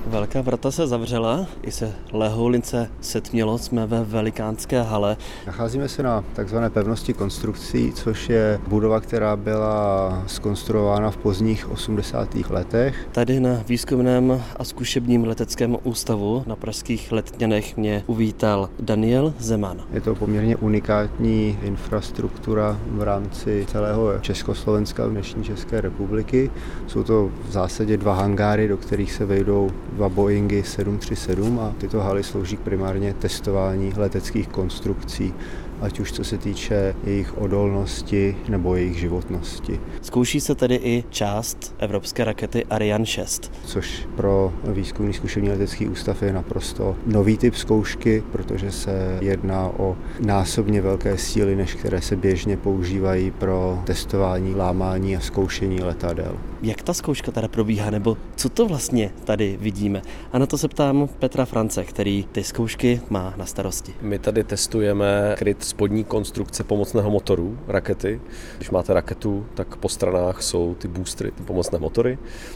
Velká vrata se zavřela, i se lehoulince setmělo, jsme ve velikánské hale. Nacházíme se na takzvané pevnosti konstrukcí, což je budova, která byla zkonstruována v pozdních 80. letech. Tady na výzkumném a zkušebním leteckém ústavu na pražských Letňanech mě uvítal Daniel Zeman. Je to poměrně unikátní infrastruktura v rámci celého Československa, dnešní České republiky. Jsou to v zásadě 2 hangáry, do kterých se vejdou 2 Boeingy 737 a tyto haly slouží primárně testování leteckých konstrukcí, ať už co se týče jejich odolnosti nebo jejich životnosti. Zkouší se tedy i část evropské rakety Ariane 6. Což pro výzkumný zkušební letecký ústav je naprosto nový typ zkoušky, protože se jedná o násobně velké síly, než které se běžně používají pro testování, lámání a zkoušení letadel. Jak ta zkouška teda probíhá, nebo co to vlastně tady vidíme? A na to se ptám Petra France, který ty zkoušky má na starosti. My tady testujeme kryt spodní konstrukce pomocného motoru rakety. Když máte raketu, tak po stranách jsou ty boostry, ty pomocné motory.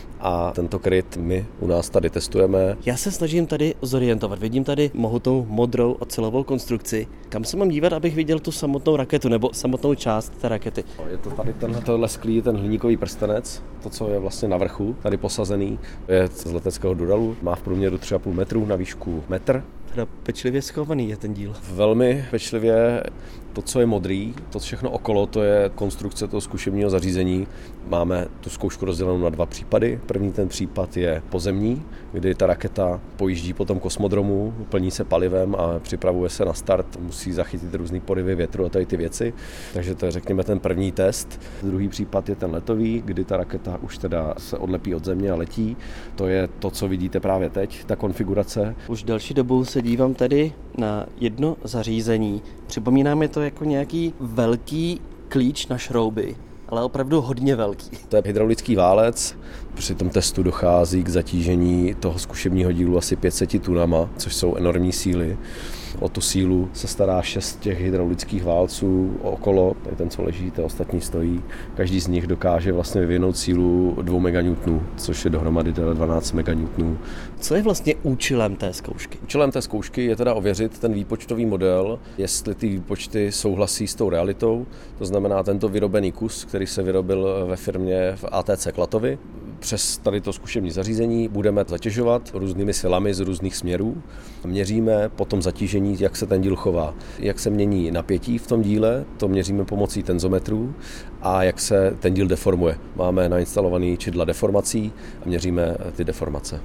A tento kryt my u nás tady testujeme. Já se snažím tady zorientovat. Vidím tady mohutou modrou ocelovou konstrukci. Kam se mám dívat, abych viděl tu samotnou raketu nebo samotnou část té rakety? Je to tady tenhle sklí, ten hliníkový prstenec, to, co je vlastně na vrchu, tady posazený, je z leteckého Duralu, má v průměru 3,5 metru, na výšku metr. Teda pečlivě schovaný je ten díl. Velmi pečlivě. To, co je modrý, to všechno okolo, to je konstrukce toho zkušebního zařízení. Máme tu zkoušku rozdělenou na 2 případy. První ten případ je pozemní, kdy ta raketa pojíždí po tom kosmodromu, plní se palivem a připravuje se na start, musí zachytit různý porivy větru a tady ty věci. Takže to je, řekněme, ten první test. Druhý případ je ten letový, kdy ta raketa už teda se odlepí od země a letí. To je to, co vidíte právě teď, ta konfigurace. Už další dobu se dívám tady na jedno zařízení. Připomíná mi to jako nějaký velký klíč na šrouby, ale opravdu hodně velký. To je hydraulický válec. Při tom testu dochází k zatížení toho zkušebního dílu asi 500 tunama, což jsou enormní síly. O tu sílu se stará 6 těch hydraulických válců okolo, tady ten, co leží, ten ostatní stojí. Každý z nich dokáže vlastně vyvinout sílu 2 MN, což je dohromady 12 MN. Co je vlastně účelem té zkoušky? Účelem té zkoušky je teda ověřit ten výpočtový model, jestli ty výpočty souhlasí s tou realitou. To znamená tento vyrobený kus, který se vyrobil ve firmě v ATC Klatovi. Přes tady to zkušební zařízení budeme zatěžovat různými silami z různých směrů. Měříme po tom zatížení, jak se ten díl chová. Jak se mění napětí v tom díle, to měříme pomocí tenzometrů, a jak se ten díl deformuje. Máme nainstalovaný čidla deformací a měříme ty deformace.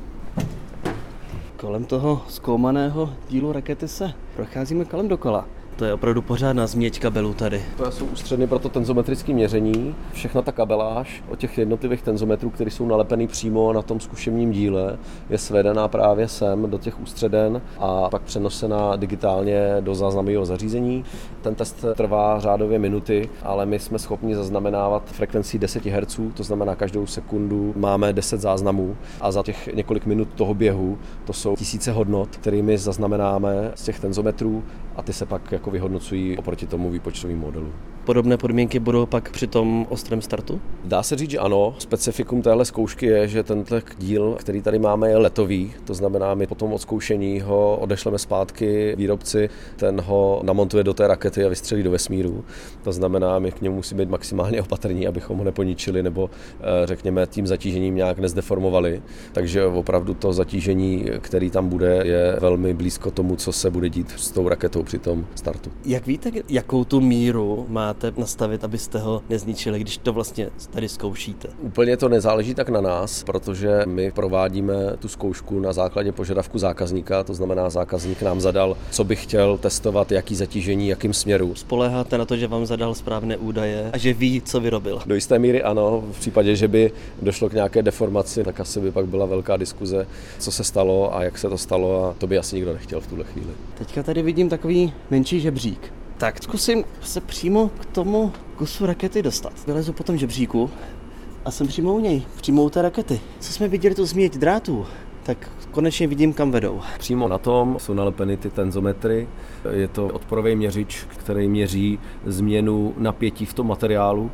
Kolem toho zkoumaného dílu rakety se procházíme kolem dokola. To je opravdu pořádná změť kabelů tady. To jsou ústředny pro to tenzometrické měření. Všechna ta kabeláž od těch jednotlivých tenzometrů, které jsou nalepený přímo na tom zkušebním díle, je svedená právě sem do těch ústředen a pak přenosená digitálně do záznamového zařízení. Ten test trvá řádově minuty, ale my jsme schopni zaznamenávat frekvenci 10 Hz, to znamená každou sekundu máme 10 záznamů a za těch několik minut toho běhu to jsou tisíce hodnot, kterými zaznamenáme z těch tenzometrů a ty se pak jako vyhodnocují oproti tomu výpočtovému modelu. Podobné podmínky budou pak při tom ostrém startu? Dá se říct, že ano. Specifikum téhle zkoušky je, že tenhle díl, který tady máme, je letový. To znamená, my po tom odzkoušení ho odešleme zpátky výrobci, ten ho namontuje do té rakety a vystřelí do vesmíru. To znamená, my k němu musíme být maximálně opatrní, abychom ho neponičili nebo řekněme tím zatížením nějak nezdeformovali. Takže opravdu to zatížení, který tam bude, je velmi blízko tomu, co se bude dít s tou raketou při tom startu. Jak víte, jakou tu míru máte nastavit, abyste ho nezničili, když to vlastně tady zkoušíte? Úplně to nezáleží tak na nás, protože my provádíme tu zkoušku na základě požadavku zákazníka, to znamená, zákazník nám zadal, co by chtěl testovat, jaký zatížení, jakým směru. Spoléháte na to, že vám zadal správné údaje a že ví, co vyrobil? Do jisté míry ano, v případě, že by došlo k nějaké deformaci, tak asi by pak byla velká diskuze, co se stalo a jak se to stalo, a to by asi nikdo nechtěl v tuhle chvíli. Teďka tady vidím takový menší žebřík. Tak zkusím se přímo k tomu kusu rakety dostat. Vylezu po tom žebříku a jsem přímo u něj, přímo u té rakety. Co jsme viděli tu změť drátů, tak konečně vidím, kam vedou. Přímo na tom jsou nalepeny ty tenzometry. Je to odporový měřič, který měří změnu napětí v tom materiálu.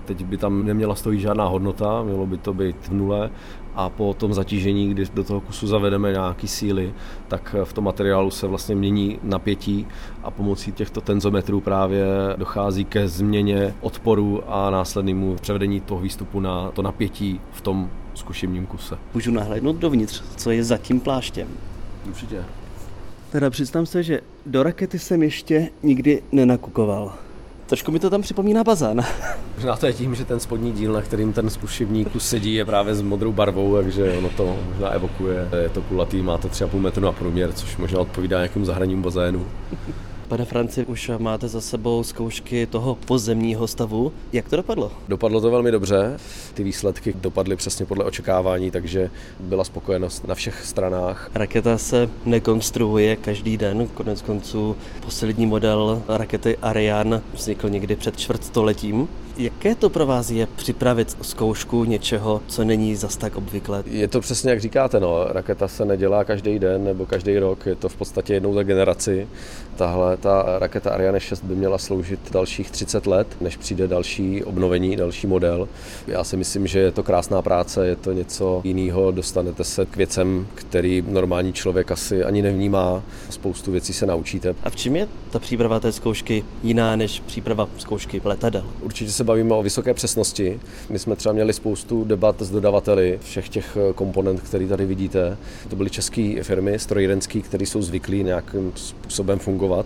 Teď by tam neměla stojit žádná hodnota, mělo by to být v nule a po tom zatížení, kdy do toho kusu zavedeme nějaký síly, tak v tom materiálu se vlastně mění napětí a pomocí těchto tenzometrů právě dochází ke změně odporu a následnému převedení toho výstupu na to napětí v tom zkušebním kuse. Můžu nahlédnout dovnitř, co je za tím pláštěm? Určitě. Teda přiznám se, že do rakety jsem ještě nikdy nenakukoval. Trošku mi to tam připomíná bazén. Možná to je tím, že ten spodní díl, na kterým ten zkušební kus sedí, je právě s modrou barvou, takže ono to možná evokuje. Je to kulatý, má to 3,5 metru na průměr, což možná odpovídá nějakému zahradnímu bazénu. Pane Franci, už máte za sebou zkoušky toho pozemního stavu. Jak to dopadlo? Dopadlo to velmi dobře. Ty výsledky dopadly přesně podle očekávání, takže byla spokojenost na všech stranách. Raketa se nekonstruuje každý den. Konec konců poslední model rakety Ariane vznikl někdy před čtvrtstoletím. Jaké to pro vás je připravit zkoušku něčeho, co není zas tak obvyklé? Je to přesně jak říkáte, raketa se nedělá každý den nebo každý rok, je to v podstatě jednou za generaci. Tahle ta raketa Ariane 6 by měla sloužit dalších 30 let, než přijde další obnovení, další model. Já si myslím, že je to krásná práce, je to něco jiného, dostanete se k věcem, který normální člověk asi ani nevnímá. Spoustu věcí se naučíte. A v čem je ta příprava té zkoušky jiná než příprava zkoušky letadel? Určitě se bavíme o vysoké přesnosti. My jsme třeba měli spoustu debat s dodavateli všech těch komponent, které tady vidíte. To byly české firmy, strojírenské, které jsou zvyklí nějakým způsobem fungovat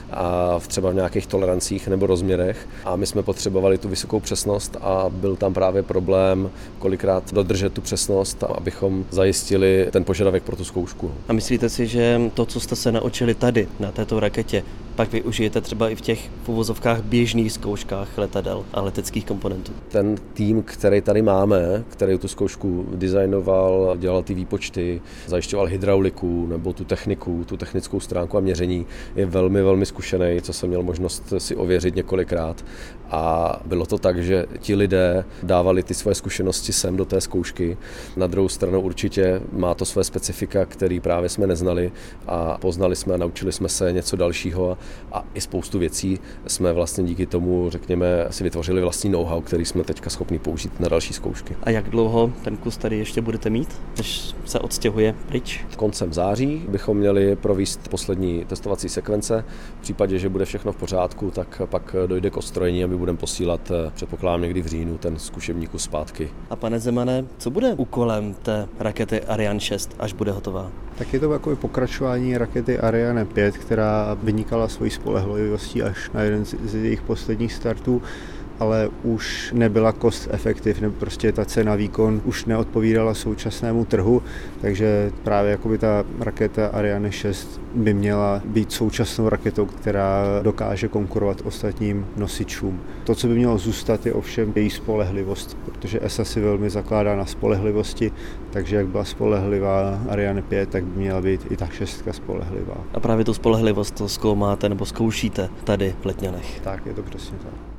a třeba v nějakých tolerancích nebo rozměrech. A my jsme potřebovali tu vysokou přesnost a byl tam právě problém kolikrát dodržet tu přesnost, abychom zajistili ten požadavek pro tu zkoušku. A myslíte si, že to, co jste se naučili tady na této raketě, pak využijete třeba i v těch v uvozovkách běžných zkouškách letadel a leteckých komponentů? Ten tým, který tady máme, který tu zkoušku designoval, dělal ty výpočty, zajišťoval hydrauliku nebo tu techniku, tu technickou stránku a měření, je velmi, velmi zkušený, co jsem měl možnost si ověřit několikrát. A bylo to tak, že ti lidé dávali ty svoje zkušenosti sem do té zkoušky. Na druhou stranu určitě má to své specifika, který právě jsme neznali a poznali jsme a naučili jsme se něco dalšího a i spoustu věcí jsme vlastně díky tomu, řekněme, si vytvořili vlastní know-how, který jsme teďka schopni použít na další zkoušky. A jak dlouho ten kus tady ještě budete mít, než se odstěhuje pryč? Koncem září bychom měli provést poslední testovací sekvence. V případě, že bude všechno v pořádku, tak pak dojde k odstrojení a my budeme posílat, předpokládám někdy v říjnu, ten zkušební kus zpátky. A pane Zemane, co bude úkolem té rakety Ariane 6, až bude hotová? Tak je to takové pokračování rakety Ariane 5, která vynikala svojí spolehlivostí až na jeden z jejich posledních startů, ale už nebyla cost effective, nebo prostě ta cena výkon už neodpovídala současnému trhu, takže právě jakoby ta raketa Ariane 6 by měla být současnou raketou, která dokáže konkurovat ostatním nosičům. To, co by mělo zůstat, je ovšem její spolehlivost, protože ESA si velmi zakládá na spolehlivosti, takže jak byla spolehlivá Ariane 5, tak by měla být i ta 6 spolehlivá. A právě tu spolehlivost to zkoumáte nebo zkoušíte tady v Letňanech. Tak, je to přesně tak.